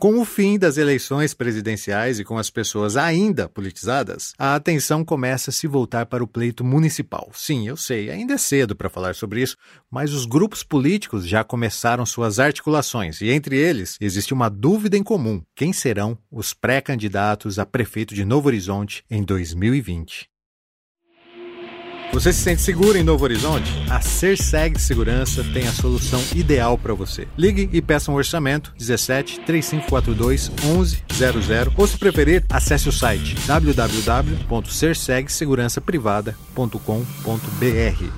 Com o fim das eleições presidenciais e com as pessoas ainda politizadas, a atenção começa a se voltar para o pleito municipal. Sim, eu sei, ainda é cedo para falar sobre isso, mas os grupos políticos já começaram suas articulações e entre eles existe uma dúvida em comum: quem serão os pré-candidatos a prefeito de Novo Horizonte em 2020? Você se sente seguro em Novo Horizonte? A Cerseg Segurança tem a solução ideal para você. Ligue e peça um orçamento 17 3542 1100 ou, se preferir, acesse o site www.cersegsegurançaprivada.com.br.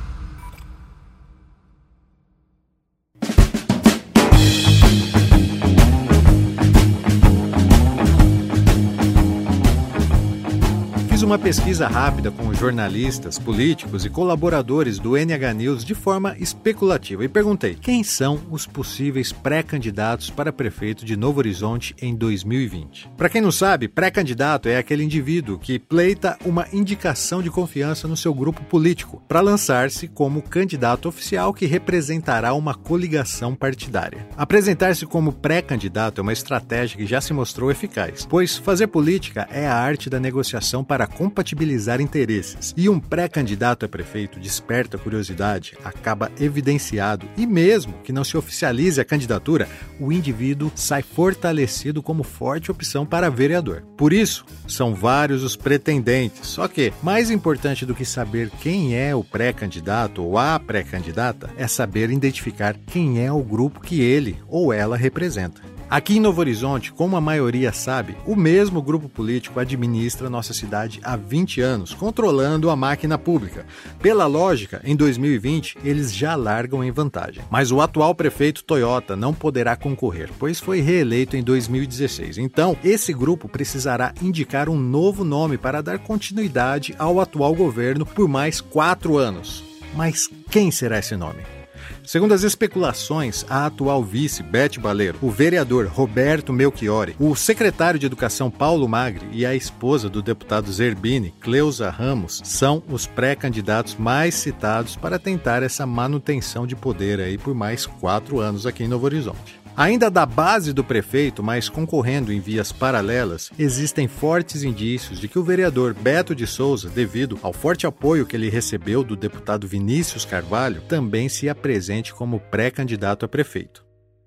Fiz uma pesquisa rápida com jornalistas, políticos e colaboradores do NH News de forma especulativa e perguntei: quem são os possíveis pré-candidatos para prefeito de Novo Horizonte em 2020? Para quem não sabe, pré-candidato é aquele indivíduo que pleita uma indicação de confiança no seu grupo político para lançar-se como candidato oficial que representará uma coligação partidária. Apresentar-se como pré-candidato é uma estratégia que já se mostrou eficaz, pois fazer política é a arte da negociação para compatibilizar interesses. E um pré-candidato a prefeito desperta curiosidade, acaba evidenciado e mesmo que não se oficialize a candidatura, o indivíduo sai fortalecido como forte opção para vereador. Por isso, são vários os pretendentes. Só que, mais importante do que saber quem é o pré-candidato ou a pré-candidata, é saber identificar quem é o grupo que ele ou ela representa. Aqui em Novo Horizonte, como a maioria sabe, o mesmo grupo político administra nossa cidade há 20 anos, controlando a máquina pública. Pela lógica, em 2020, eles já largam em vantagem. Mas o atual prefeito Toyota não poderá concorrer, pois foi reeleito em 2016. Então, esse grupo precisará indicar um novo nome para dar continuidade ao atual governo por mais 4 anos. Mas quem será esse nome? Segundo as especulações, a atual vice, Beth Baleiro, o vereador Roberto Melchiori, o secretário de Educação Paulo Magri e a esposa do deputado Zerbini, Cleusa Ramos, são os pré-candidatos mais citados para tentar essa manutenção de poder aí por mais 4 anos aqui em Novo Horizonte. Ainda da base do prefeito, mas concorrendo em vias paralelas, existem fortes indícios de que o vereador Beto de Souza, devido ao forte apoio que ele recebeu do deputado Vinícius Carvalho, também se apresente como pré-candidato a prefeito.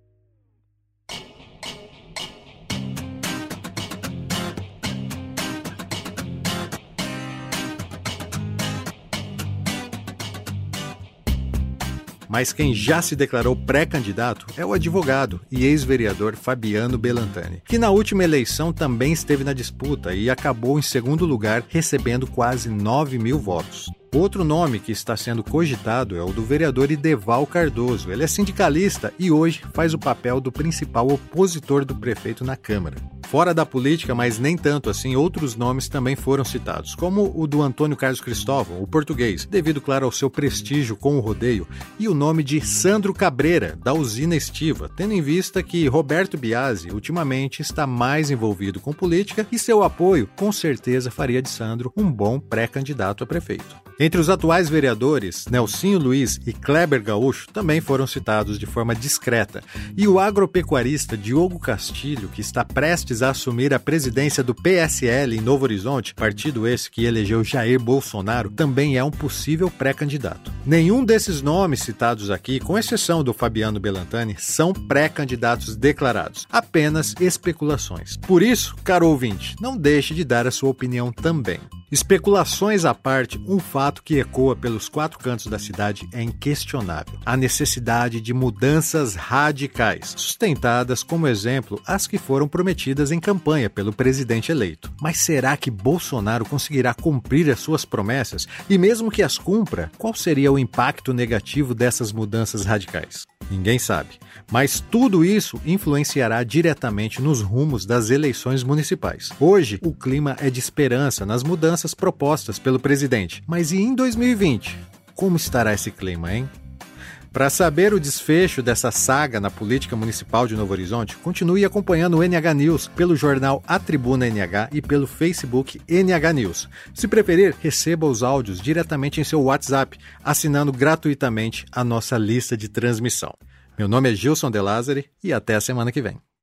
Mas quem já se declarou pré-candidato é o advogado e ex-vereador Fabiano Belantani, que na última eleição também esteve na disputa e acabou em segundo lugar, recebendo quase 9 mil votos. Outro nome que está sendo cogitado é o do vereador Ideval Cardoso. Ele é sindicalista e hoje faz o papel do principal opositor do prefeito na Câmara. Fora da política, mas nem tanto assim, outros nomes também foram citados, como o do Antônio Carlos Cristóvão, o português, devido, claro, ao seu prestígio com o rodeio, e o nome de Sandro Cabreira, da usina Estiva, tendo em vista que Roberto Biasi ultimamente está mais envolvido com política e seu apoio, com certeza, faria de Sandro um bom pré-candidato a prefeito. Entre os atuais vereadores, Nelsinho Luiz e Kleber Gaúcho também foram citados de forma discreta. E o agropecuarista Diogo Castilho, que está prestes a assumir a presidência do PSL em Novo Horizonte, partido esse que elegeu Jair Bolsonaro, também é um possível pré-candidato. Nenhum desses nomes citados aqui, com exceção do Fabiano Belantani, são pré-candidatos declarados, apenas especulações. Por isso, caro ouvinte, não deixe de dar a sua opinião também. Especulações à parte, um fato que ecoa pelos 4 cantos da cidade é inquestionável: a necessidade de mudanças radicais, sustentadas como exemplo as que foram prometidas em campanha pelo presidente eleito. Mas será que Bolsonaro conseguirá cumprir as suas promessas? E mesmo que as cumpra, qual seria o impacto negativo dessas mudanças radicais? Ninguém sabe. Mas tudo isso influenciará diretamente nos rumos das eleições municipais. Hoje, o clima é de esperança nas mudanças propostas pelo presidente. Mas e em 2020? Como estará esse clima, hein? Para saber o desfecho dessa saga na política municipal de Novo Horizonte, continue acompanhando o NH News pelo jornal A Tribuna NH e pelo Facebook NH News. Se preferir, receba os áudios diretamente em seu WhatsApp, assinando gratuitamente a nossa lista de transmissão. Meu nome é Gilson De Lázari e até a semana que vem.